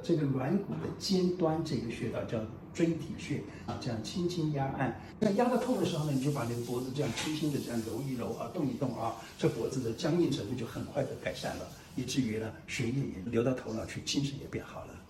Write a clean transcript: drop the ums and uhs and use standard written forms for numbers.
这个软骨的尖端这个穴道叫椎体穴啊，这样轻轻压按。那压到痛的时候呢，你就把那个脖子这样轻轻的这样揉一揉啊，动一动啊，这脖子的僵硬程度就很快的改善了，以至于呢血液也流到头脑去，精神也变好了。